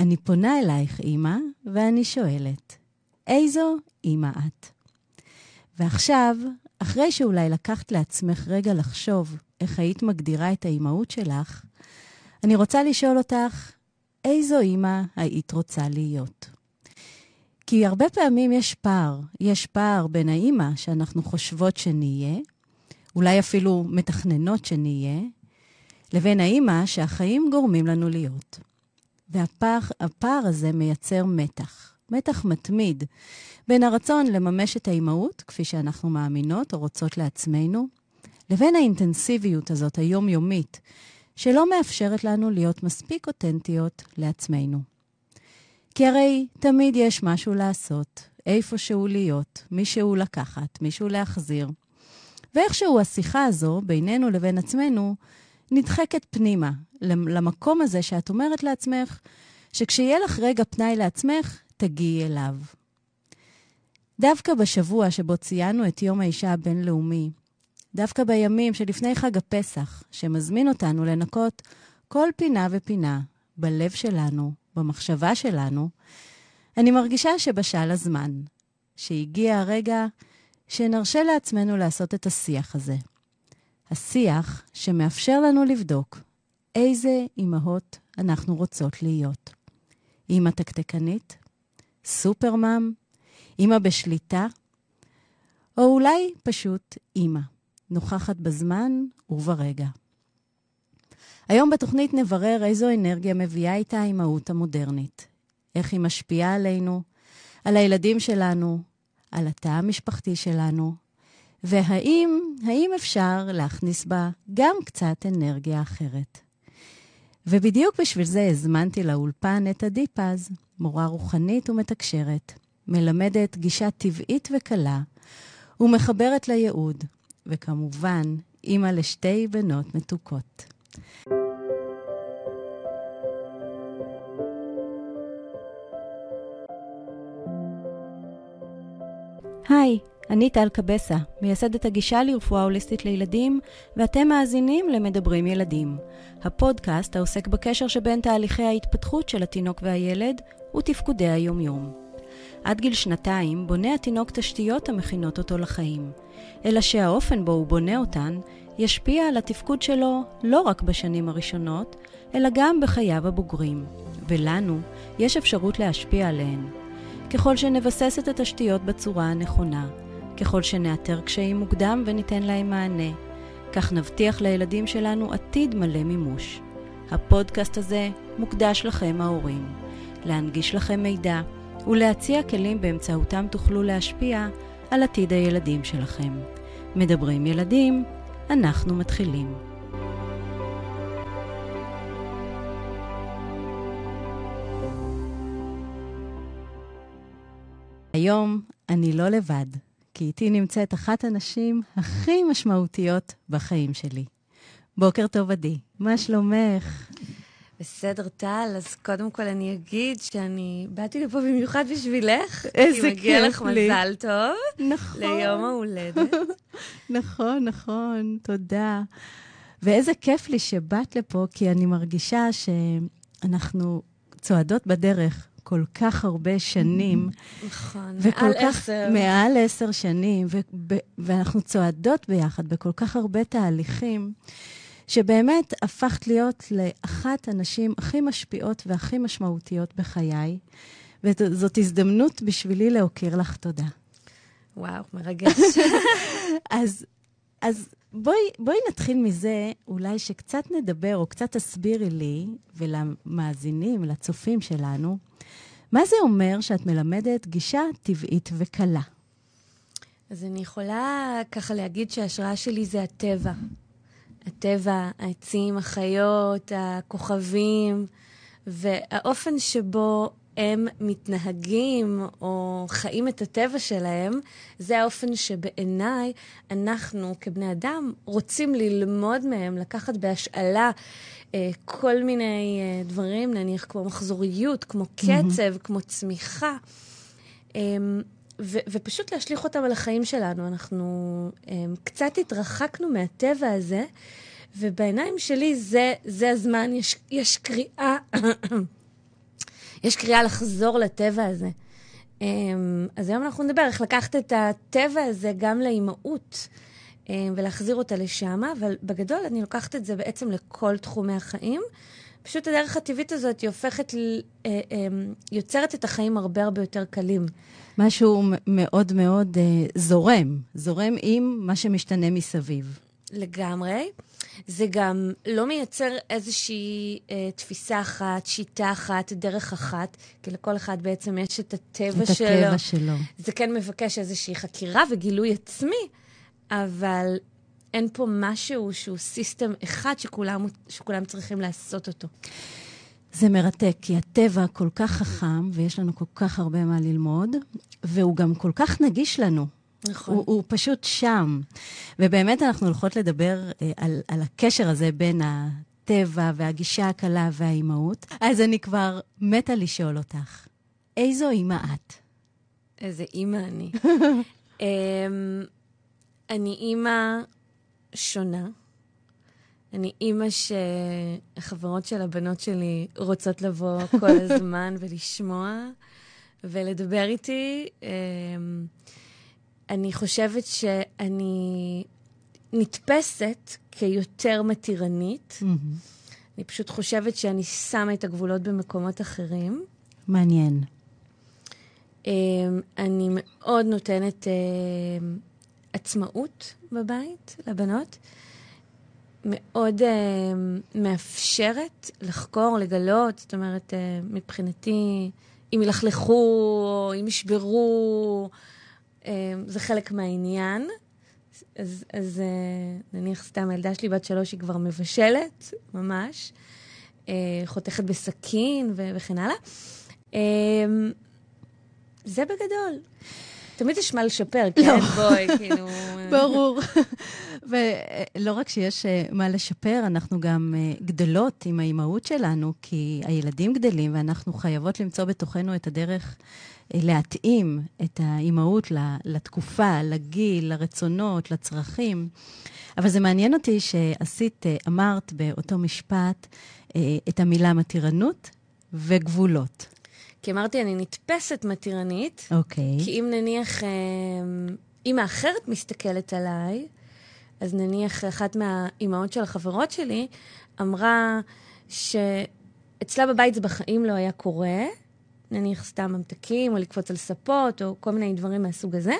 אני פונה אלייך, אמא, ואני שואלת, איזו אמא את? ועכשיו, אחרי שאולי לקחת לעצמך רגע לחשוב איך היית מגדירה את האימהות שלך, אני רוצה לשאול אותך, איזו אמא היית רוצה להיות? כי הרבה פעמים יש פער בין האמא שאנחנו חושבות שנהיה, אולי אפילו מתכננות שנהיה, לבין האמא שהחיים גורמים לנו להיות. והפער הזה מייצר מתח מתמיד, בין הרצון לממש את האימהות, כפי שאנחנו מאמינות או רוצות לעצמנו, לבין האינטנסיביות הזאת היומיומית, שלא מאפשרת לנו להיות מספיק אותנטיות לעצמנו. כי הרי תמיד יש משהו לעשות, איפשהו להיות, מישהו לקחת, מישהו להחזיר. ואיכשהו השיחה הזו, בינינו לבין עצמנו, נדחקת פנימה, למקום הזה שאת אומרת לעצמך, שכשיהיה לך רגע פנאי לעצמך, תגיעי אליו. דווקא בשבוע שבו ציינו את יום האישה הבינלאומי, דווקא בימים שלפני חג הפסח, שמזמין אותנו לנקות כל פינה ופינה, בלב שלנו, במחשבה שלנו, אני מרגישה שבשל הזמן, שהגיע הרגע שנרשה לעצמנו לעשות את השיח הזה. השיח שמאפשר לנו לבדוק איזה אימהות אנחנו רוצות להיות. אימא תקתקנית, סופרמם, אימא בשליטה, או אולי פשוט אימא, נוכחת בזמן וברגע. היום בתוכנית נברר איזו אנרגיה מביאה איתה האימהות המודרנית. איך היא משפיעה עלינו, על הילדים שלנו, על התא המשפחתי שלנו, והאם אפשר להכניס בה גם קצת אנרגיה אחרת. ובדיוק בשביל זה הזמנתי לאולפן את עדי פז, מורה רוחנית ומתקשרת, מלמדת גישה טבעית וקלה, ומחברת לייעוד, וכמובן, אימא לשתי בנות מתוקות. היי, אני טל קבסה, מייסדת הגישה לרפואה הוליסטית לילדים, ואתם מאזינים למדברים ילדים. הפודקאסט העוסק בקשר שבין תהליכי ההתפתחות של התינוק והילד ותפקודי היומיום. עד גיל 2 בונה התינוק תשתיות המכינות אותו לחיים, אלא שהאופן בו הוא בונה אותן ישפיע על התפקוד שלו לא רק בשנים הראשונות, אלא גם בחייו הבוגרים, ולנו יש אפשרות להשפיע עליהן. ככל שנבסס את התשתיות בצורה הנכונה, ככל שנאתר קשיים מוקדם וניתן להם מענה, כך נבטיח לילדים שלנו עתיד מלא מימוש. הפודקאסט הזה מוקדש לכם ההורים, להנגיש לכם מידע ולהציע כלים באמצעותם תוכלו להשפיע על עתיד הילדים שלכם. מדברים ילדים, אנחנו מתחילים. היום אני לא לבד, כי איתי נמצאת אחת הנשים הכי משמעותיות בחיים שלי. בוקר טוב עדי, מה שלומך? בסדר טל, אז קודם כל אני אגיד שאני באתי לפה במיוחד בשבילך. איזה כיף לי. כי מגיע לך מזל טוב. נכון. ליום ההולדת. נכון, תודה. ואיזה כיף לי שבאת לפה, כי אני מרגישה שאנחנו צועדות בדרך כל כך הרבה שנים. נכון, מעל 10 שנים, ואנחנו צועדות ביחד בכל כך הרבה תהליכים, שבאמת הפכת להיות לאחת הנשים הכי משפיעות והכי משמעותיות בחיי, וזאת הזדמנות בשבילי להוקיר לך תודה. וואו, מרגש. אז בואי נתחיל מזה, אולי שקצת נדבר, או קצת תסבירי לי, ולמאזינים, לצופים שלנו, מה זה אומר שאת מלמדת גישה טבעית וקלה? אז אני יכולה ככה להגיד שההשראה שלי זה הטבע. הטבע, העצים, החיות, הכוכבים, והאופן שבו הם מתנהגים או חיים את הטבע שלהם, זה האופן שבעיניי אנחנו כבני אדם רוצים ללמוד מהם, לקחת בהשאלה כל מיני דברים, נניח כמו מחזוריות, כמו קצב, כמו צמיחה, ופשוט להשליך אותם על החיים שלנו. אנחנו קצת התרחקנו מהטבע הזה, ובעיניים שלי זה הזמן, יש קריאה, יש קריאה לחזור לטבע הזה. אז היום אנחנו נדבר איך לקחת את הטבע הזה גם לאימהות, ולהחזיר אותה לשם, אבל בגדול אני לוקחת את זה בעצם לכל תחומי החיים. פשוט הדרך הטבעית הזאת היא הופכת, יוצרת את החיים הרבה הרבה יותר קלים. משהו מאוד מאוד זורם עם מה שמשתנה מסביב. לגמרי. זה גם לא מייצר איזושהי תפיסה אחת, שיטה אחת, דרך אחת, כי לכל אחד בעצם יש את הטבע שלו. את הטבע שלו. זה כן מבקש איזושהי חקירה וגילוי עצמי, אבל אין פה משהו שהוא סיסטם אחד שכולם צריכים לעשות אותו. זה מרתק, כי הטבע כל כך חכם, ויש לנו כל כך הרבה מה ללמוד, והוא גם כל כך נגיש לנו. נכון. הוא פשוט שם. ובאמת אנחנו הולכות לדבר על הקשר הזה בין הטבע והגישה הקלה והאימהות. אז אני כבר מתה לשאול אותך, איזו אימא את? איזה אימא אני. אני אימא שונה. אני אימא שהחברות של הבנות שלי רוצות לבוא כל הזמן ולשמוע ולדבר איתי. אני חושבת שאני נתפסת כיותר מתירנית. אני פשוט חושבת שאני שמה את הגבולות במקומות אחרים. מעניין. אני מאוד נותנת עצמאות בבית לבנות. מאוד מאפשרת לחקור, לגלות. זאת אומרת, מבחינתי, אם ילכלכו או אם ישברו, זה חלק מהעניין. אז נניח סתם, הילדה שלי בת 3 היא כבר מבשלת, ממש. חותכת בסכין וכן הלאה. זה בגדול. תמיד יש מה לשפר, כן? בואי, כאילו... ברור. ולא רק שיש מה לשפר, אנחנו גם גדלות עם האימהות שלנו, כי הילדים גדלים, ואנחנו חייבות למצוא בתוכנו את הדרך להתאים את האימהות לתקופה, לגיל, לרצונות, לצרכים. אבל זה מעניין אותי אמרת באותו משפט את המילה מתירנות וגבולות. כי אמרתי, אני נתפסת מתירנית, אוקיי. כי אם נניח, אמא אחרת מסתכלת עליי, אז נניח אחת מהאימהות של החברות שלי אמרה שאצלה בבית זה בחיים לא היה קורה, נניח סתם ממתקים או לקפוץ על ספות או כל מיני דברים מהסוג הזה,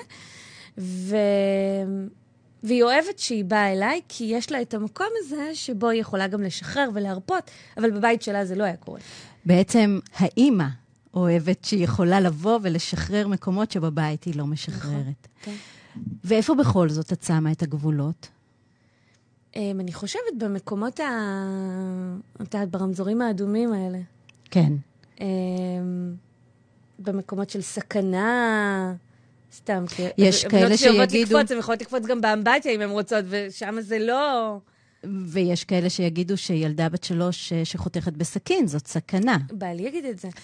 והיא אוהבת שהיא באה אליי, כי יש לה את המקום הזה שבו היא יכולה גם לשחרר ולהרפות, אבל בבית שלה זה לא היה קורה. בעצם האימא אוהבת שהיא יכולה לבוא ולשחרר מקומות שבבית היא לא משחררת. כן. ואיפה בכל זאת את שמה את הגבולות? אני חושבת במקומות ברמזורים האדומים האלה. כן. במקומות של סכנה, סתם. יש כאלה שיגידו... הן יכולות לקפוץ גם באמבטיה אם הן רוצות, ושם זה לא... ויש כאלה שיגידו שילדה בת 3 שחותכת בסכין, זאת סכנה. בעלי יגיד את זה.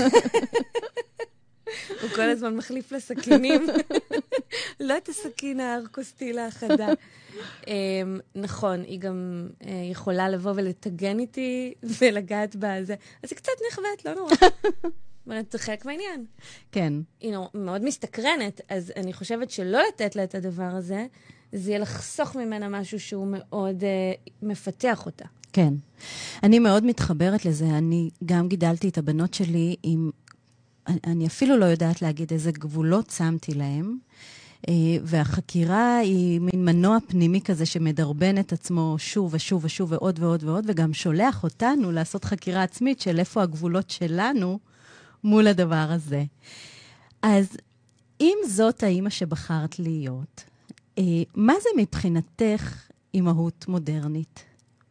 הוא כל הזמן מחליף לסכינים. לא את הסכין הארקוסטילה החדה. נכון, היא גם יכולה לבוא ולתגן איתי ולגעת בזה. אז היא קצת נחבאת, לא נורא. זה חלק מהעניין. כן. היא מאוד מסתקרנת, אז אני חושבת שלא לתת לה את הדבר הזה, זה יהיה לחסוך ממנה משהו שהוא מאוד מפתח אותה. כן. אני מאוד מתחברת לזה. אני גם גידלתי את הבנות שלי עם... אני אפילו לא יודעת להגיד איזה גבולות שמתי להם, והחקירה היא מין מנוע פנימי כזה שמדרבן את עצמו שוב ושוב ושוב ועוד ועוד ועוד, וגם שולח אותנו לעשות חקירה עצמית של איפה הגבולות שלנו מול הדבר הזה. אז אם זאת האמא שבחרת להיות, מה זה מבחינתך אימהות מודרנית?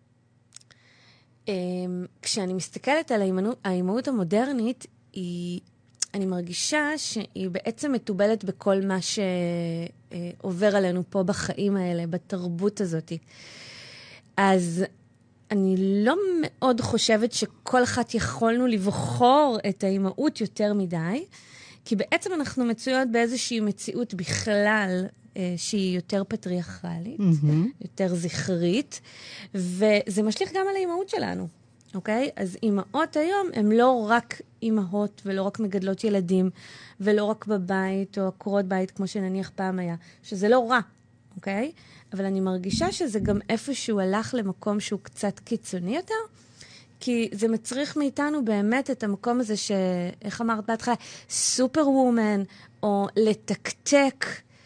כשאני מסתכלת על האימהות המודרנית, אני מרגישה שהיא בעצם מטובלת בכל מה שעובר עלינו פה בחיים האלה, בתרבות הזאת. אז אני לא מאוד חושבת שכל אחת יכולנו לבחור את האימהות יותר מדי, כי בעצם אנחנו מצויות באיזושהי מציאות בכלל שהיא יותר פטריארכלית, יותר זכרית, וזה משליך גם על האימהות שלנו, אוקיי? אז אימהות היום הן לא רק אימהות ולא רק מגדלות ילדים, ולא רק בבית או עקרות בית, כמו שנניח פעם היה, שזה לא רע, אוקיי? אבל אני מרגישה שזה גם איפשהו הלך למקום שהוא קצת קיצוני יותר, כי זה מצריך מאיתנו באמת את המקום הזה איך אמרת בהתחלה, סופר וומן, או לתקתק,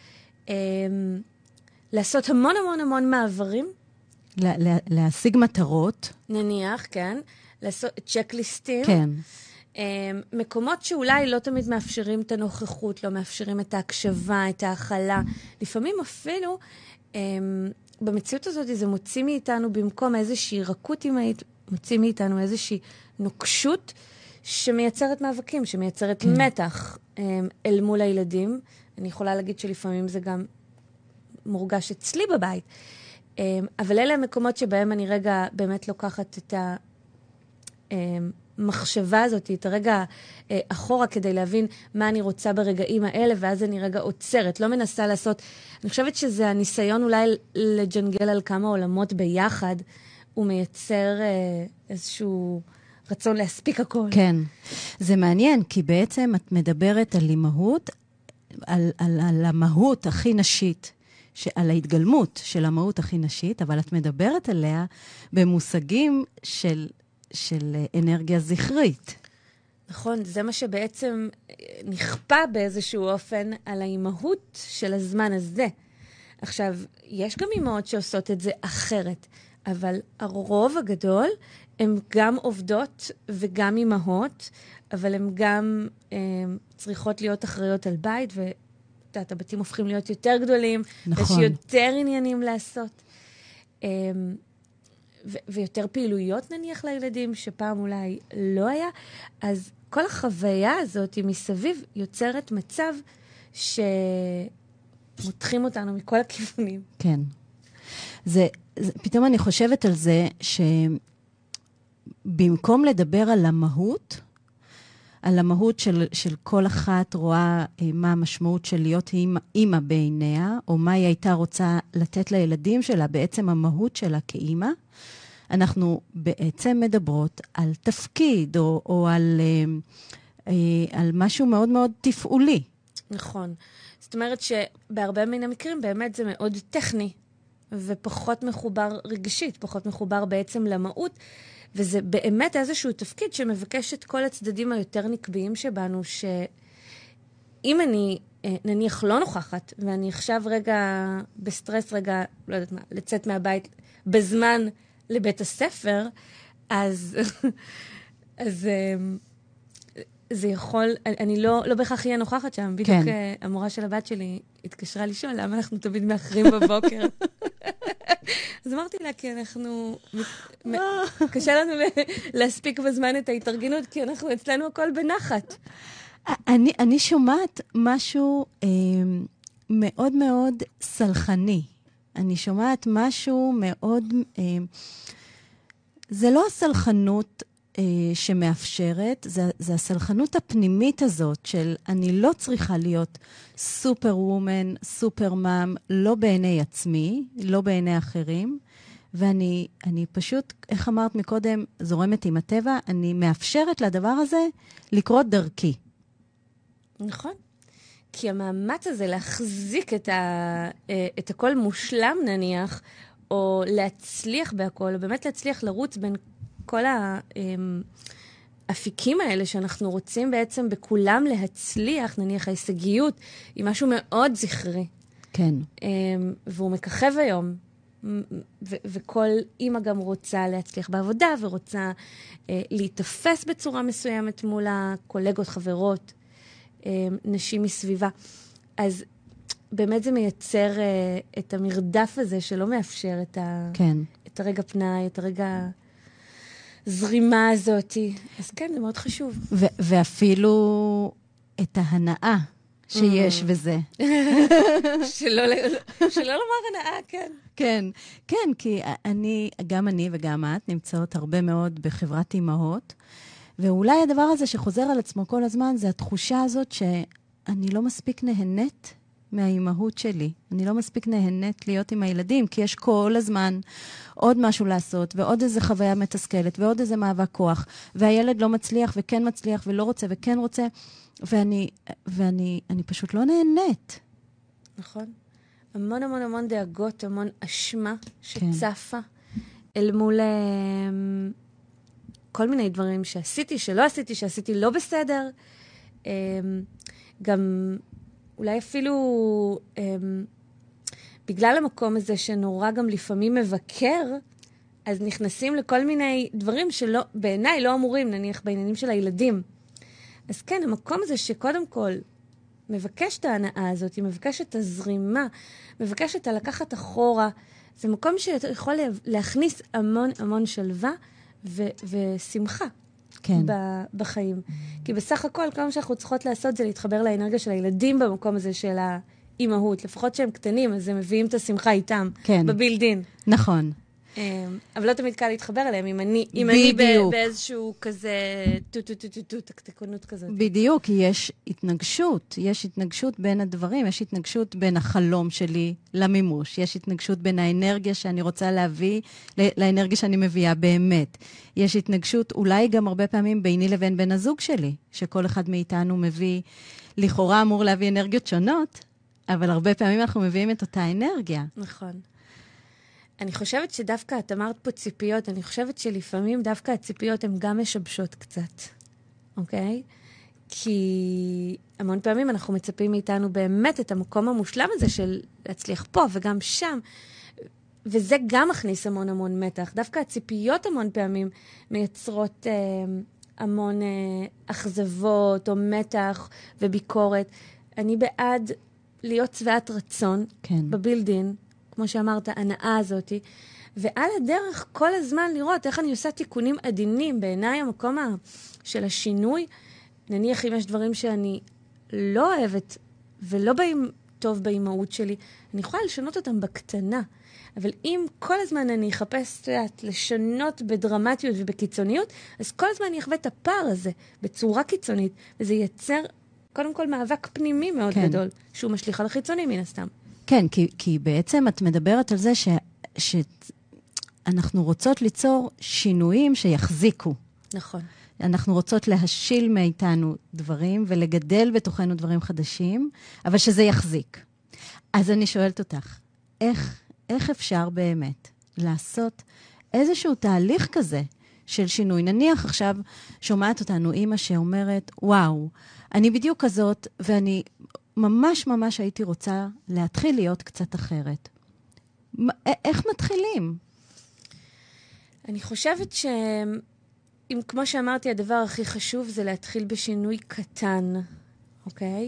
לעשות המון המון המון מעברים. להשיג מטרות. נניח, כן. לעשות צ'קליסטים. כן. מקומות שאולי לא תמיד מאפשרים את הנוכחות, לא מאפשרים את ההקשבה, את ההכלה. לפעמים אפילו, במציאות הזאת זה מוציא מאיתנו במקום איזושהי רכות אימהית, מוציא מאיתנו איזושהי נוקשות שמייצרת מאבקים, שמייצרת מתח אל מול הילדים. אני יכולה להגיד שלפעמים זה גם מורגש אצלי בבית. אבל אלה המקומות שבהם אני רגע באמת לוקחת את המחשבה הזאת, את הרגע אחורה כדי להבין מה אני רוצה ברגעים האלה, ואז אני רגע עוצרת, לא מנסה לעשות. אני חושבת שזה הניסיון אולי לג'נגל על כמה עולמות ביחד, הוא מייצר איזשהו רצון להספיק הכל. כן. זה מעניין, כי בעצם את מדברת על אימהות, על המהות הכי נשית, על ההתגלמות של המהות הכי נשית, אבל את מדברת עליה במושגים של אנרגיה זכרית. נכון, זה מה שבעצם נכפה באיזשהו אופן על האימהות של הזמן הזה. עכשיו, יש גם אימהות שעושות את זה אחרת, אבל הרוב הגדול הן גם עובדות וגם אימהות, אבל הן גם צריכות להיות אחראיות על בית, הבתים הופכים להיות יותר גדולים, נכון. יש יותר עניינים לעשות. ויותר פעילויות נניח לילדים, שפעם אולי לא היה. אז כל החוויה הזאת מסביב יוצרת מצב שמותחים אותנו מכל הכיוונים. כן. פתאום אני חושבת על זה שבמקום לדבר על המהות, על המהות של כל אחת רואה מה המשמעות של להיות אימא בעיניה, או מה היא הייתה רוצה לתת לילדים שלה, בעצם המהות שלה כאימא, אנחנו בעצם מדברות על תפקיד, או על משהו מאוד מאוד תפעולי. נכון. זאת אומרת שבהרבה מן המקרים באמת זה מאוד טכני, ופחות מחובר רגשית, פחות מחובר בעצם למהות, וזה באמת איזשהו תפקיד שמבקש את כל הצדדים היותר נקביים שבנו, שאם אני נניח לא נוכחת, ואני עכשיו רגע בסטרס, רגע, לא יודעת מה, לצאת מהבית בזמן לבית הספר, אז זה יכול, אני לא בהכרח אהיה נוכחת שם, בדיוק המורה של הבת שלי התקשרה לשאול, למה אנחנו תמיד מאחרים בבוקר? אז אמרתי לה, כי קשה לנו להספיק בזמן את ההתארגנות, כי אנחנו אצלנו הכל בנחת. אני שומעת משהו מאוד מאוד סלחני. אני שומעת משהו מאוד, זה לא הסלחנות שמאפשרת, זה הסלחנות הפנימית הזאת של אני לא צריכה להיות סופר וומן, סופר מאם, לא בעיני עצמי, לא בעיני אחרים, ואני פשוט, איך אמרת מקודם, זורמת עם הטבע, אני מאפשרת לדבר הזה לקרות דרכי. נכון. כי המאמץ הזה להחזיק את הכל מושלם נניח, או להצליח בהכל, או באמת להצליח לרוץ בין כל האפיקים האלה שאנחנו רוצים בעצם בכולם להצליח, נניח ההישגיות, היא משהו מאוד זכרי. כן. והוא מככב היום. וכל אימא גם רוצה להצליח בעבודה, ורוצה להתאפס בצורה מסוימת מול הקולגות, חברות, נשים מסביבה. אז באמת זה מייצר את המרדף הזה שלא מאפשר את הרגע פנאי, את הרגע זרימה הזאת. אז כן, זה מאוד חשוב. ואפילו את ההנאה שיש בזה. שלא לומר הנאה, כן. כן, כן, כי גם אני וגם את נמצאות הרבה מאוד בחברת אימהות, ואולי הדבר הזה שחוזר על עצמו כל הזמן, זה התחושה הזאת שאני לא מספיק נהנית מהאימהות שלי. אני לא מספיק נהנית להיות עם הילדים, כי יש כל הזמן עוד משהו לעשות, ועוד איזה חוויה מתסכלת, ועוד איזה מאבק כוח, והילד לא מצליח וכן מצליח, ולא רוצה וכן רוצה, ואני פשוט לא נהנית. נכון. המון המון המון דאגות, המון אשמה שצפה אל מול כל מיני דברים שעשיתי, שלא עשיתי, שעשיתי לא בסדר. גם אולי אפילו בגלל המקום הזה שנורא גם לפעמים מבקר, אז נכנסים לכל מיני דברים שלא, בעיניי לא אמורים, נניח בעניינים של הילדים. אז כן, המקום הזה שקודם כל מבקש את ההנאה הזאת, מבקש את הזרימה, מבקש את הלקחת אחורה, זה מקום שיכול להכניס המון המון שלווה ושמחה כן. בחיים. כי בסך הכל, כל מה שאנחנו צריכות לעשות זה להתחבר לאנרגיה של הילדים במקום הזה של האימהות. לפחות שהם קטנים, אז הם מביאים את השמחה איתם. כן. בבילדין. נכון. אבל לא תמיד קל להתחבר אליהם, אם אני באיזשהו כזה תקתקונות כזאת. בדיוק, כי יש התנגשות בין הדברים, יש התנגשות בין החלום שלי למימוש, יש התנגשות בין האנרגיה שאני רוצה להביא לאנרגיה שאני מביאה באמת. יש התנגשות אולי גם הרבה פעמים ביני לבין בן הזוג שלי, שכל אחד מאיתנו מביא, לכאורה אמור להביא אנרגיות שונות, אבל הרבה פעמים אנחנו מביאים את אותה אנרגיה. נכון. אני חושבת שדווקא, את אמרת פה ציפיות, אני חושבת שלפעמים דווקא הציפיות הן גם משבשות קצת, אוקיי? כי המון פעמים אנחנו מצפים מאיתנו באמת את המקום המושלם הזה של להצליח פה וגם שם, וזה גם מכניס המון המון מתח. דווקא הציפיות המון פעמים מייצרות המון אכזבות או מתח וביקורת. אני בעד להיות שבעת רצון בבילדין, כמו שאמרת, הנאה הזאת, ועל הדרך כל הזמן לראות איך אני עושה תיקונים עדינים. בעיניי המקום של השינוי, נניח אם יש דברים שאני לא אוהבת ולא באים טוב באימהות שלי, אני יכולה לשנות אותם בקטנה. אבל אם כל הזמן אני אחפש לשנות בדרמטיות ובקיצוניות, אז כל הזמן אני אחווה את הפער הזה בצורה קיצונית, וזה ייצר קודם כל מאבק פנימי מאוד גדול, שהוא משליך על החיצוני מן הסתם. כן, כי בעצם את מדברת על זה שאנחנו רוצות ליצור שינויים שיחזיקו. נכון. אנחנו רוצות להשיל מאיתנו דברים ולגדל בתוכנו דברים חדשים, אבל שזה יחזיק. אז אני שואלת אותך, איך אפשר באמת לעשות איזשהו תהליך כזה של שינוי? נניח עכשיו שומעת אותנו אימא שאומרת, וואו, אני בדיוק כזאת ואני ממש ממש הייתי רוצה להתחיל להיות קצת אחרת. איך מתחילים? אני חושבת אם כמו שאמרתי, הדבר הכי חשוב זה להתחיל בשינוי קטן, אוקיי?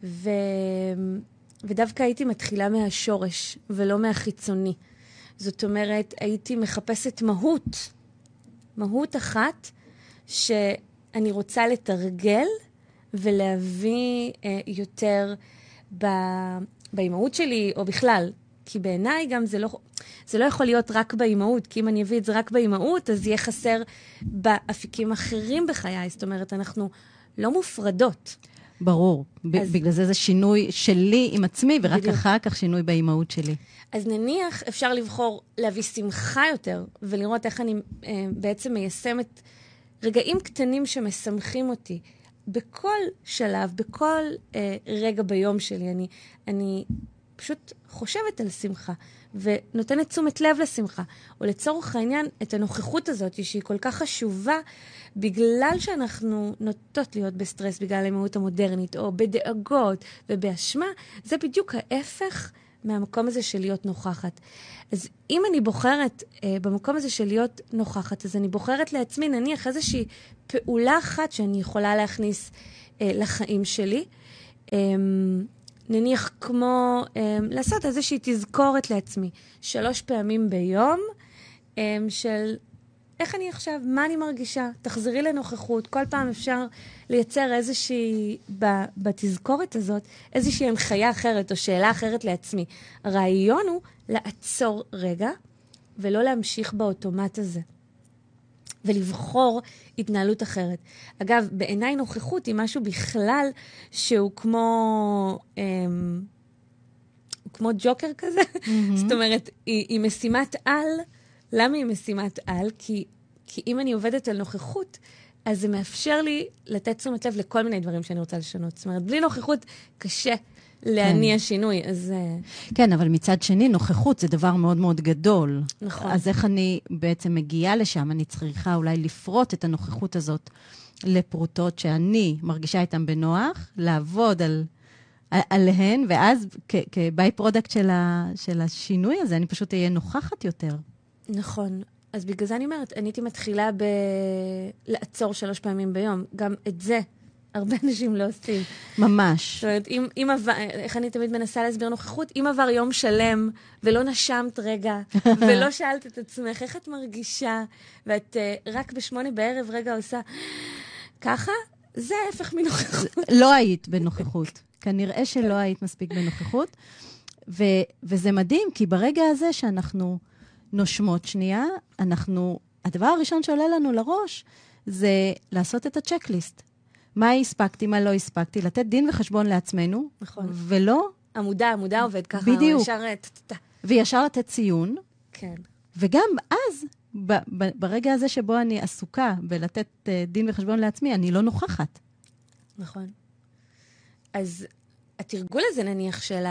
ודווקא הייתי מתחילה מהשורש ולא מהחיצוני. זאת אומרת, הייתי מחפשת מהות אחת שאני רוצה לתרגל ולהביא יותר באימהות שלי, או בכלל. כי בעיניי גם זה לא יכול להיות רק באימהות, כי אם אני אביא את זה רק באימהות, אז יהיה חסר באפיקים אחרים בחיי. זאת אומרת, אנחנו לא מופרדות. ברור. בגלל זה שינוי שלי עם עצמי, ורק בדיוק. אחר כך שינוי באימהות שלי. אז נניח אפשר לבחור להביא שמחה יותר, ולראות איך אני בעצם מיישמת רגעים קטנים שמשמחים אותי. בכל שלב, בכל רגע ביום שלי, אני פשוט חושבת על שמחה, ונותנת תשומת לב לשמחה, או לצורך העניין את הנוכחות הזאת, שהיא כל כך חשובה, בגלל שאנחנו נוטות להיות בסטרס, בגלל האימהות המודרנית, או בדאגות ובאשמה, זה בדיוק ההפך מהמקום הזה של להיות נוכחת. אז אם אני בוחרת במקום הזה של להיות נוכחת, אז אני בוחרת לעצמי, נניח איזושהי פעולה אחת שאני יכולה להכניס לחיים שלי, נניח כמו לעשות איזושהי תזכורת לעצמי 3 פעמים ביום של איך אני עכשיו, מה אני מרגישה, תחזרי לנוכחות, כל פעם אפשר לייצר איזושהי, בתזכורת הזאת, איזושהי הנחיה אחרת או שאלה אחרת לעצמי. הרעיון הוא לעצור רגע ולא להמשיך באוטומט הזה. ולבחור התנהלות אחרת. אגב, בעיניי נוכחות היא משהו בכלל שהוא כמו כמו ג'וקר כזה. זאת אומרת, היא משימת על. למה היא משימת על? כי אם אני עובדת על נוכחות, אז זה מאפשר לי לתת תשומת לב לכל מיני דברים שאני רוצה לשנות. זאת אומרת, בלי נוכחות קשה להניע שינוי. אז... כן, אבל מצד שני, נוכחות זה דבר מאוד מאוד גדול. נכון. אז איך אני בעצם מגיעה לשם? אני צריכה אולי לפרוט את הנוכחות הזאת לפרוטות שאני מרגישה איתן בנוח, לעבוד עליהן, ואז כביי פרודקט של השינוי הזה, אני פשוט אהיה נוכחת יותר. נכון. אז בגלל זה אני אומרת, אני הייתי מתחילה לעצור 3 פעמים ביום. גם את זה הרבה אנשים לא עושים. ממש. זאת אומרת, איך אני תמיד מנסה להסביר נוכחות, אם עבר יום שלם ולא נשמת רגע, ולא שאלת את עצמך, איך את מרגישה, ואת רק ב8 בערב רגע עושה ככה, זה ההפך מנוכחות. לא היית בנוכחות. כנראה שלא היית מספיק בנוכחות. וזה מדהים, כי ברגע הזה שאנחנו נושמות שנייה, הדבר הראשון שעולה לנו לראש, זה לעשות את הצ'קליסט. מה הספקתי, מה לא הספקתי, לתת דין וחשבון לעצמנו, נכון. ולא... עמודה עובד ככה. בדיוק. ישר... וישר לתת ציון. כן. וגם אז, ברגע הזה שבו אני עסוקה בלתת דין וחשבון לעצמי, אני לא נוכחת. נכון. אז התרגול הזה נניח של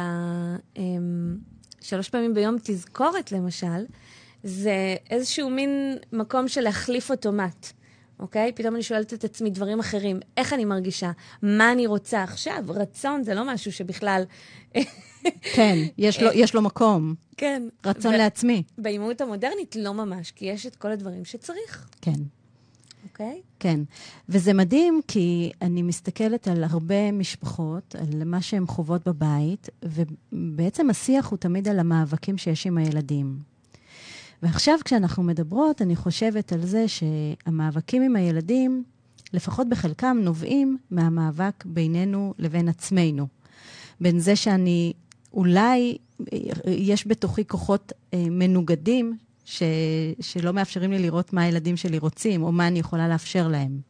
3 פעמים ביום תזכורת למשל, זה איזשהו מין מקום של להחליף אוטומט. אוקיי? פתאום אני שואלת את עצמי דברים אחרים. איך אני מרגישה? מה אני רוצה עכשיו? רצון זה לא משהו שבכלל... כן, יש לו מקום. כן. רצון לעצמי. באימהות המודרנית לא ממש, כי יש את כל הדברים שצריך. כן. אוקיי? כן. וזה מדהים כי אני מסתכלת על הרבה משפחות, על מה שהן חוות בבית, ובעצם השיח הוא תמיד על המאבקים שיש עם הילדים. ועכשיו כשאנחנו מדברות, אני חושבת על זה שהמאבקים עם הילדים, לפחות בחלקם, נובעים מהמאבק בינינו לבין עצמנו. בין זה שאני, אולי יש בתוכי כוחות מנוגדים, שלא מאפשרים לי לראות מה הילדים שלי רוצים, או מה אני יכולה לאפשר להם.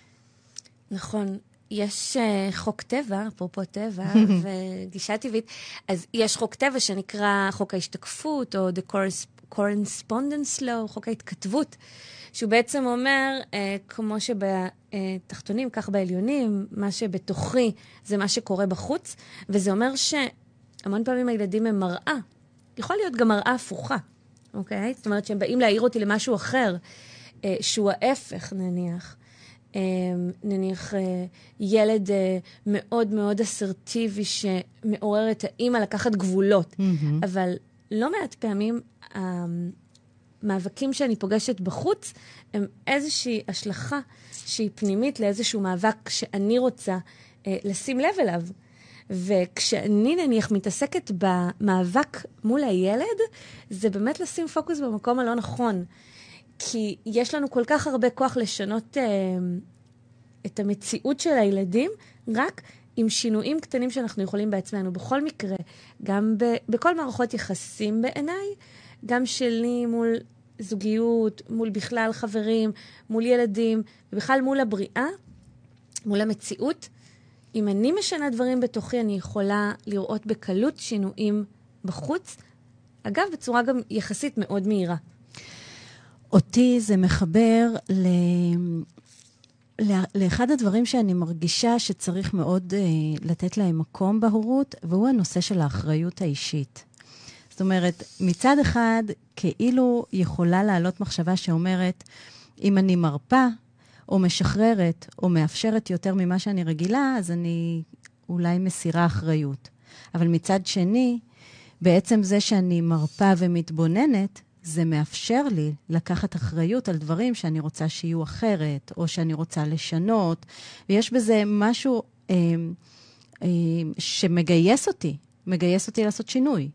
נכון. יש חוק טבע, אפרופו טבע, וגישה טבעית, אז יש חוק טבע שנקרא חוק ההשתקפות, או the correspondence law, חוק ההתכתבות, שהוא בעצם אומר, כמו שבתחתונים, כך בעליונים, מה שבתוכי זה מה שקורה בחוץ, וזה אומר שהמון פעמים הילדים הם מראה. יכול להיות גם מראה הפוכה, אוקיי? זאת אומרת שהם באים להעיר אותי למשהו אחר, שהוא ההפך נניח. נניח ילד מאוד מאוד אסרטיבי שמעורר את האמא לקחת גבולות. אבל לא מעט פעמים המאבקים שאני פוגשת בחוץ הם איזושהי השלכה שהיא פנימית לאיזשהו מאבק שאני רוצה לשים לב אליו. וכשאני נניח מתעסקת במאבק מול הילד, זה באמת לשים פוקוס במקום הלא נכון. כי יש לנו כל כך הרבה כוח לשנות את המציאות של הילדים, רק עם שינויים קטנים שאנחנו יכולים בעצמנו. בכל מקרה, גם בכל מערכות יחסים בעיניי, גם שלי מול זוגיות, מול בכלל חברים, מול ילדים, ובכלל מול הבריאה, מול המציאות, אם אני משנה דברים בתוכי, אני יכולה לראות בקלות שינויים בחוץ, אגב, בצורה גם יחסית מאוד מהירה. אותי זה מחבר לאחד הדברים שאני מרגישה שצריך מאוד לתת להם מקום בהורות, והוא הנושא של האחריות האישית. זאת אומרת, מצד אחד, כאילו יכולה לעלות מחשבה שאומרת, אם אני מרפה, או משחררת, או מאפשרת יותר ממה שאני רגילה, אז אני אולי מסירה אחריות. אבל מצד שני, בעצם זה שאני מרפה ומתבוננת, זה מאפשר לי לקחת אחריות על דברים שאני רוצה שיהיו אחרת, או שאני רוצה לשנות, ויש בזה משהו שמגייס אותי לעשות שינוי.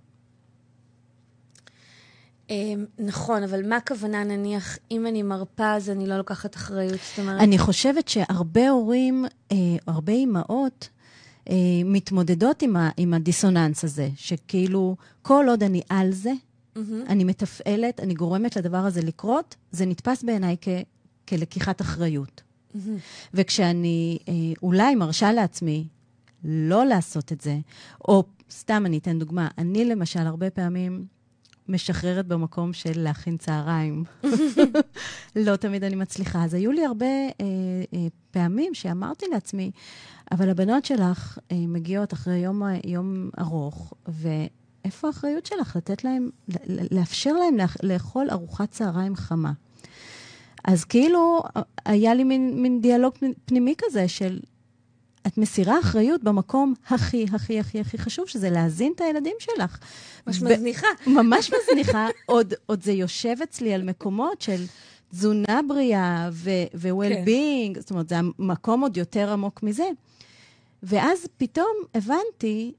נכון, אבל מה הכוונה נניח, אם אני מרפה, אז אני לא לוקחת אחריות? זאת אומרת... אני חושבת שהרבה הורים, הרבה אמהות, מתמודדות עם הדיסוננס הזה, שכאילו כל עוד אני על זה, אני מתפעלת, אני גורמת לדבר הזה לקרות, זה נתפס בעיניי כלקיחת אחריות. וכשאני אולי מרשה לעצמי לא לעשות את זה, או סתם אני אתן דוגמה, אני למשל הרבה פעמים משחררת במקום של להכין צהריים. לא תמיד אני מצליחה. אז היו לי הרבה פעמים שאמרתי לעצמי, אבל הבנות שלך מגיעות אחרי יום ארוך, ואיפה האחריות שלך? לתת להם, לאפשר להם לאכול ארוחת צהריים חמה. אז כאילו היה לי מין דיאלוג פנימי כזה של, את מסירה אחריות במקום הכי, הכי, הכי, הכי חשוב, שזה להזין את הילדים שלך. ממש מזניחה. ממש מזניחה. עוד זה יושב אצלי על מקומות של תזונה בריאה ו-well-being, זאת אומרת, זה המקום עוד יותר עמוק מזה. ואז פתאום הבנתי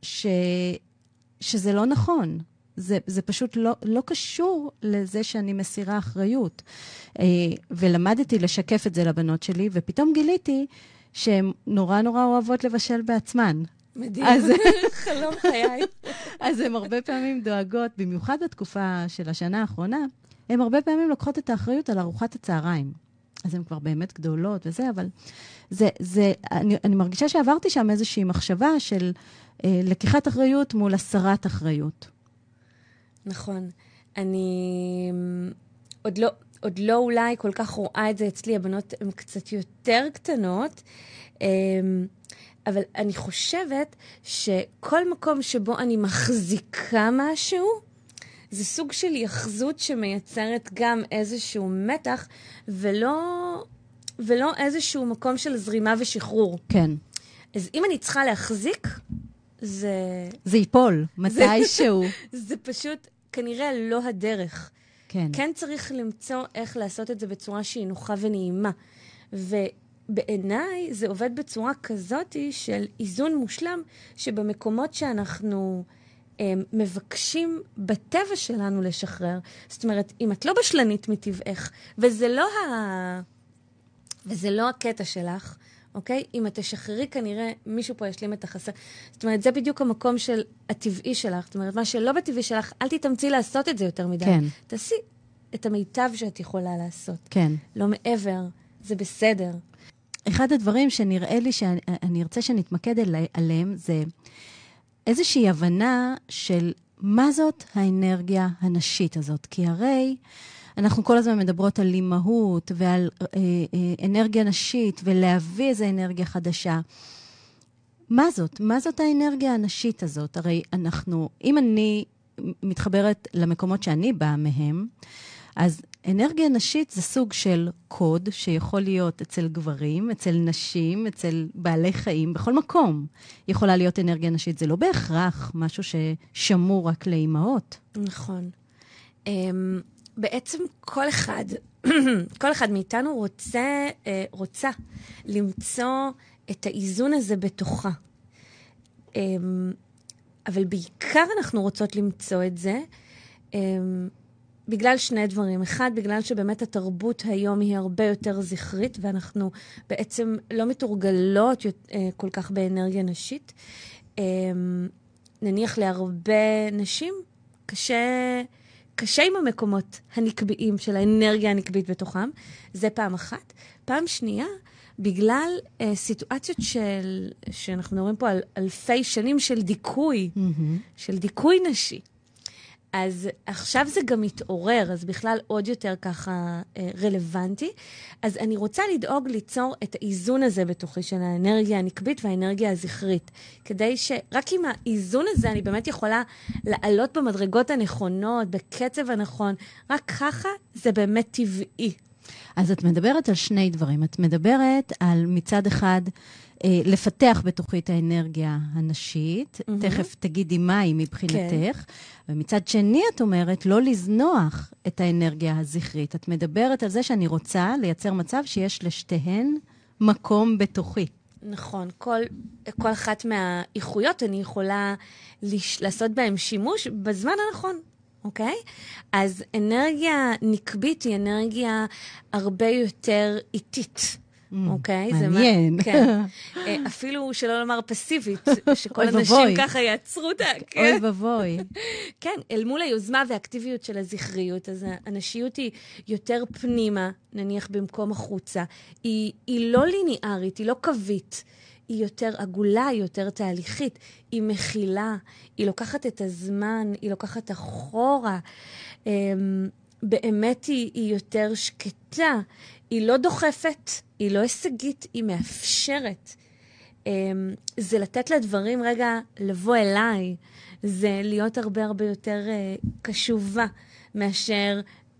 שזה לא נכון. זה פשוט לא קשור לזה שאני מסירה אחריות. ולמדתי לשקף את זה לבנות שלי, ופתאום גיליתי שהן נורא נורא אוהבות לבשל בעצמן. מדהים, חלום חיי. אז הן הרבה פעמים דואגות, במיוחד בתקופה של השנה האחרונה, הן הרבה פעמים לוקחות את האחריות על ארוחת הצהריים. אז הן כבר באמת גדולות וזה, אבל אני מרגישה שעברתי שם איזושהי מחשבה של לקיחת אחריות מול הסרת אחריות. נכון. אני עוד לא אולי כל כך רואה את זה אצלי, הבנות הן קצת יותר קטנות, אבל אני חושבת שכל מקום שבו אני מחזיקה משהו, זה סוג של יחזות שמייצרת גם איזשהו מתח, ולא איזשהו מקום של זרימה ושחרור. כן. אז אם אני צריכה להחזיק, זה ייפול, מתישהו. זה פשוט כנראה לא הדרך. כן. כן צריך למצוא איך לעשות את זה בצורה שהיא נוחה ונעימה. ובעיניי זה עובד בצורה כזאת של איזון מושלם, שבמקומות שאנחנו מבקשים בטבע שלנו לשחרר, זאת אומרת, אם את לא בשלנית מטבעך, וזה לא הקטע שלך, אוקיי? אם את תשחררי, כנראה מישהו פה ישלים את החסר. זאת אומרת, זה בדיוק המקום של הטבעי שלך. זאת אומרת, מה שלא בטבעי שלך, אל תתאמצי לעשות את זה יותר מדי. כן. תעשי את המיטב שאת יכולה לעשות. כן. לא מעבר, זה בסדר. אחד הדברים שנראה לי שאני ארצה שנתמקד עליהם, זה איזושהי הבנה של מה זאת האנרגיה הנשית הזאת. כי הרי אנחנו כל הזמן מדברות על אימהות ועל אנרגיה נשית, ולהביא איזו אנרגיה חדשה. מה זאת? מה זאת האנרגיה הנשית הזאת? הרי אם אני מתחברת למקומות שאני באה מהם, אז אנרגיה נשית זה סוג של קוד שיכול להיות אצל גברים, אצל נשים, אצל בעלי חיים, בכל מקום יכולה להיות אנרגיה נשית. זה לא בהכרח משהו ששמור רק לאימהות. נכון. בעצם כל אחד מאיתנו רוצה למצוא את האיזון הזה בתוכה. אבל בעיקר אנחנו רוצות למצוא את זה בגלל שני דברים. אחד, בגלל שבאמת התרבות היום היא הרבה יותר זכרית, ואנחנו בעצם לא מתורגלות כל כך באנרגיה נשית. נניח להרבה נשים קשה עם המקומות הנקביים של האנרגיה הנקבית בתוכם. זה פעם אחת. פעם שנייה, בגלל סיטואציות שאנחנו מדברים פה על אלפי שנים של דיכוי, של דיכוי נשי. אז עכשיו זה גם מתעורר, אז בכלל עוד יותר ככה רלוונטי. אז אני רוצה לדאוג ליצור את האיזון הזה בתוכי של האנרגיה הנקבית והאנרגיה הזכרית, כדי שרק עם האיזון הזה אני באמת יכולה לעלות במדרגות הנכונות, בקצב הנכון, רק ככה זה באמת טבעי. אז את מדברת על שני דברים. את מדברת על מצד אחד לפתח בתוכי את האנרגיה הנשית, תכף תגידי מהי מבחינתך, ומצד שני את אומרת לא לזנוח את האנרגיה הזכרית. את מדברת על זה שאני רוצה לייצר מצב שיש לשתיהן מקום בתוכי. נכון, כל אחת מהאיכויות אני יכולה לעשות בהם שימוש בזמן הנכון. אוקיי? אז אנרגיה נקבית היא אנרגיה הרבה יותר איטית. אוקיי? מעניין. כן. אפילו שלא לומר פסיבית, שכל אנשים ככה יעצרו אותה. אוי ובוי. כן, אל מול היוזמה והאקטיביות של הזכריות, אז הנשיות היא יותר פנימה, נניח במקום החוצה. היא לא ליניארית, היא לא קווית. היא יותר עגולה, היא יותר תהליכית, היא מכילה, היא לוקחת את הזמן, היא לוקחת אחורה, באמת היא יותר שקטה, היא לא דוחפת, היא לא הישגית, היא מאפשרת. זה לתת לדברים רגע לבוא אליי, זה להיות הרבה הרבה יותר קשובה מאשר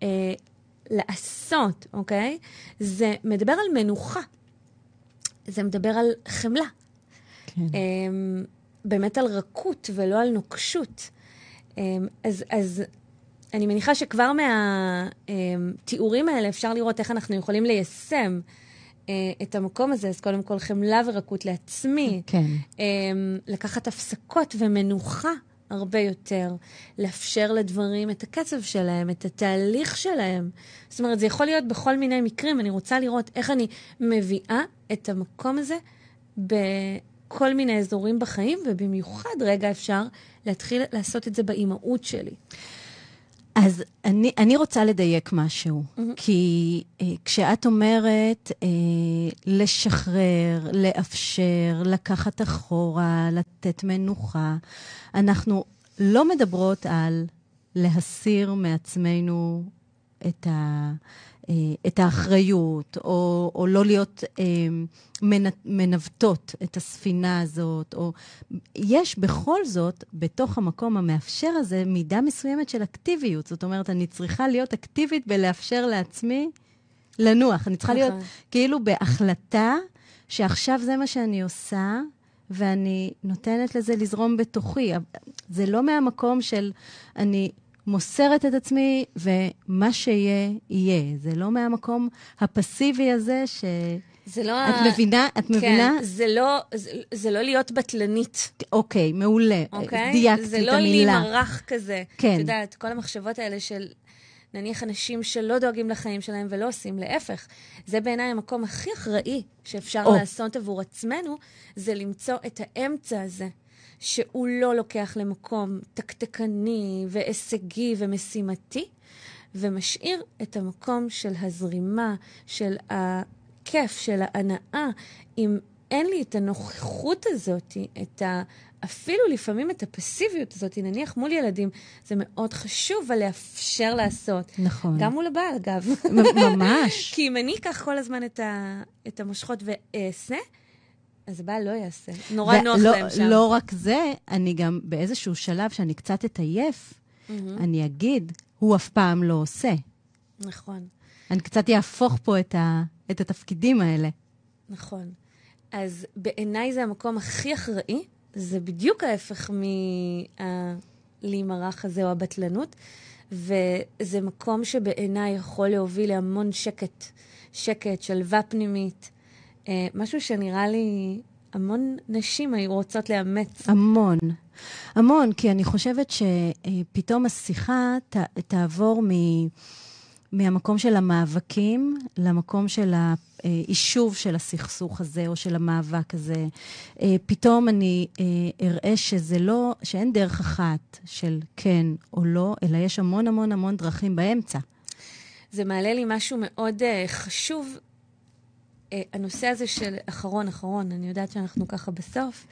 לעשות, אוקיי? זה מדבר על מנוחה, זה מדבר על חמלה. כן. באמת על רכות ולא על נוקשות. אז אני מניחה שכבר מהתיאורים האלה אפשר לראות איך אנחנו יכולים ליישם את המקום הזה. אז קודם כל חמלה ורכות לעצמי. כן. לקחת הפסקות ומנוחה הרבה יותר. לאפשר לדברים את הקצב שלהם, את התהליך שלהם. זאת אומרת, זה יכול להיות בכל מיני מקרים. אני רוצה לראות איך אני מביאה את המקום הזה בכל מיני אזורים בחיים, ובמיוחד רגע אפשר להתחיל לעשות את זה באימהות שלי. אז אני רוצה לדייק משהו, כי כשאת אומרת לשחרר, לאפשר, לקחת אחורה, לתת מנוחה, אנחנו לא מדברות על להסיר מעצמנו את האחריות, או לא להיות מנווטות את הספינה הזאת, או יש בכל זאת, בתוך המקום המאפשר הזה, מידה מסוימת של אקטיביות. זאת אומרת, אני צריכה להיות אקטיבית בלאפשר לעצמי לנוח. אני צריכה להיות כאילו בהחלטה שעכשיו זה מה שאני עושה, ואני נותנת לזה לזרום בתוכי. זה לא מהמקום של אני מוסרת את עצמי, ומה שיהיה, יהיה. זה לא מהמקום הפסיבי הזה ש... זה לא... את מבינה? את מבינה? כן, זה לא להיות בטלנית. אוקיי, מעולה. אוקיי? דייקתי זה את לא המילה. להימרח כזה. כן. את יודעת, כל המחשבות האלה של נניח אנשים שלא דואגים לחיים שלהם ולא עושים, להפך. זה בעיניי המקום הכי אחראי שאפשר לעשות עבור עצמנו, זה למצוא את האמצע הזה. שהוא לא לוקח למקום תקתקני והישגי ומשימתי, ומשאיר את המקום של הזרימה, של הכיף, של ההנאה. אם אין לי את הנוכחות הזאת, אפילו לפעמים את הפסיביות הזאת, נניח מול ילדים, זה מאוד חשוב לאפשר לעשות. נכון. גם מול הבעל, אגב. ממש. כי אם אני אקח כל הזמן את המושכות ואעשה, אז הבעל לא יעשה. נורא נוח להם שם. לא רק זה, אני גם באיזשהו שלב שאני קצת אתעייף, אני אגיד, הוא אף פעם לא עושה. נכון. אני קצת יהפוך פה את התפקידים האלה. נכון. אז בעיניי זה המקום הכי אחראי, זה בדיוק ההפך מהלימרח הזה או הבטלנות, וזה מקום שבעיניי יכול להוביל להמון שקט, שלווה פנימית, משהו שנראה לי המון נשים היו רוצות לאמץ. המון, כי אני חושבת שפתאום השיחה תעבור מהמקום של המאבקים, למקום של היישוב של הסכסוך הזה, או של המאבק הזה. פתאום אני אראה שאין דרך אחת של כן או לא, אלא יש המון המון המון דרכים באמצע. זה מעלה לי משהו מאוד חשוב, הנושא הזה של אחרון, אני יודעת שאנחנו ככה בסוף.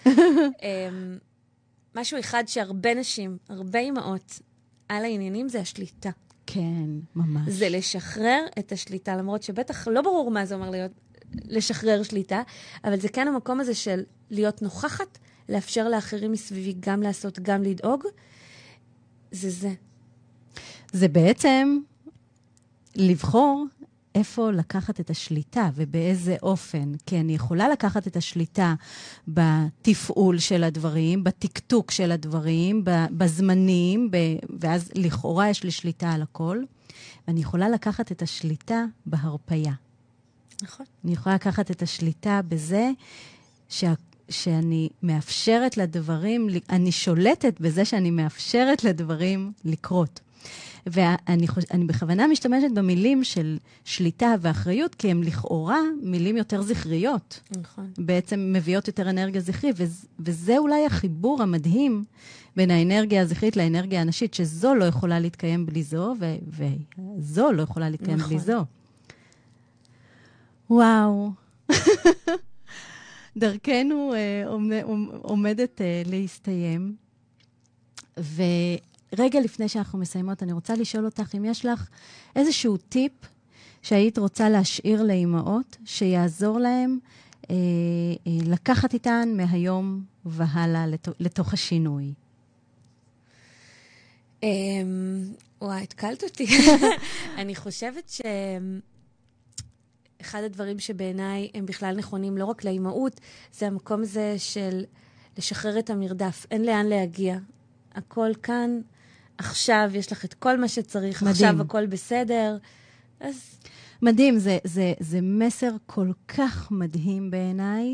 משהו אחד שהרבה נשים, הרבה אמהות על העניינים זה השליטה. כן, ממש. זה לשחרר את השליטה, למרות שבטח לא ברור מה זה אומר לשחרר שליטה, אבל זה כן המקום הזה של להיות נוכחת, לאפשר לאחרים מסביבי גם לעשות, גם לדאוג. זה. זה בעצם לבחור איפה לקחת את השליטה ובאיזה אופן. כי אני יכולה לקחת את השליטה בתפעול של הדברים, בתקתוק של הדברים, בזמנים, ואז לכאורה יש לי שליטה על הכל. ואני יכולה לקחת את השליטה בהרפיה. נכון. אני יכולה לקחת את השליטה בזה שאני מאפשרת לדברים, אני שולטת בזה שאני מאפשרת לדברים לקרות. ואני בכוונה משתמשת במילים של שליטה ואחריות, כי הן לכאורה מילים יותר זכריות. נכון. בעצם מביאות יותר אנרגיה זכרית, וזה אולי החיבור המדהים בין האנרגיה הזכרית לאנרגיה הנשית, שזו לא יכולה להתקיים בלי זו, וזו לא יכולה להתקיים בלי זו. וואו. דרכנו עומדת להסתיים. ורגע לפני שאנחנו מסיימות, אני רוצה לשאול אותך אם יש לך איזשהו טיפ שהיית רוצה להשאיר לאימהות, שיעזור להם לקחת איתן מהיום והלאה לתוך השינוי. וואי, התקלת אותי. אני חושבת שאחד הדברים שבעיניי הם בכלל נכונים, לא רק לאימהות, זה המקום הזה של לשחרר את המרדף. אין לאן להגיע. הכל כאן, עכשיו יש לך את כל מה שצריך, מדהים. עכשיו הכל בסדר. אז... מדהים, זה מסר כל כך מדהים בעיניי,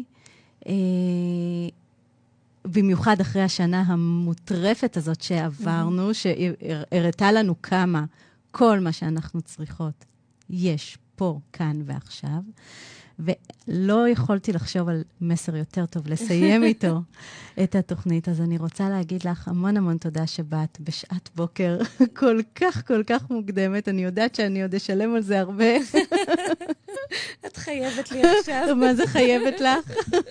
במיוחד אחרי השנה המוטרפת הזאת שעברנו, שהראתה לנו כמה כל מה שאנחנו צריכות יש פה, כאן ועכשיו, ולא יכולתי לחשוב על מסר יותר טוב לסיים איתו את התוכנית. אז אני רוצה להגיד לך המון המון תודה שבאת בשעת בוקר כל כך מוקדמת. אני יודעת שאני עוד אשלם על זה הרבה. את חייבת לי עכשיו. מה זה חייבת לך?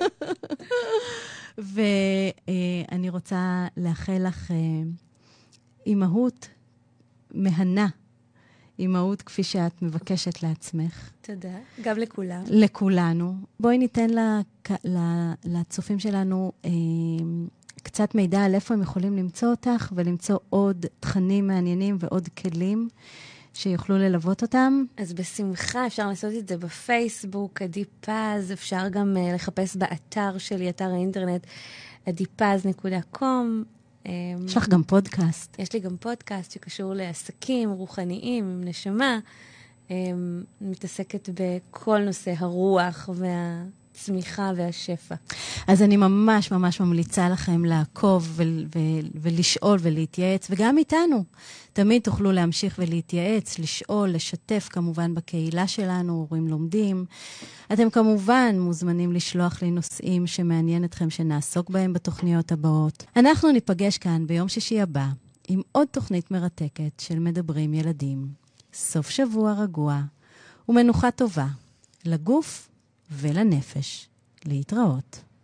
ואני רוצה לאחל לך אימהות מהנה, אימהות כפי שאת מבקשת לעצמך. תודה. גם לכולם. לכולנו. בואי ניתן לצופים שלנו קצת מידע על איפה הם יכולים למצוא אותך, ולמצוא עוד תכנים מעניינים ועוד כלים שיוכלו ללוות אותם. אז בשמחה אפשר לעשות את זה בפייסבוק, עדי פז, אפשר גם לחפש באתר שלי, אתר האינטרנט, adipaz.com. יש לך גם פודקאסט. יש לי גם פודקאסט שקשור לעסקים רוחניים עם נשמה. מתעסקת בכל נושא הרוח והצמיחה והשפע. אז אני ממש ממליצה לכם לעקוב ולשאול ולהתייעץ, וגם איתנו. תמיד תוכלו להמשיך ולהתייעץ, לשאול, לשתף כמובן בקהילה שלנו, הורים לומדים. אתם כמובן מוזמנים לשלוח לי נושאים שמעניין אתכם שנעסוק בהם בתוכניות הבאות. אנחנו ניפגש כאן ביום שישי הבא עם עוד תוכנית מרתקת של מדברים ילדים. סוף שבוע רגוע ומנוחה טובה לגוף ולנפש. להתראות.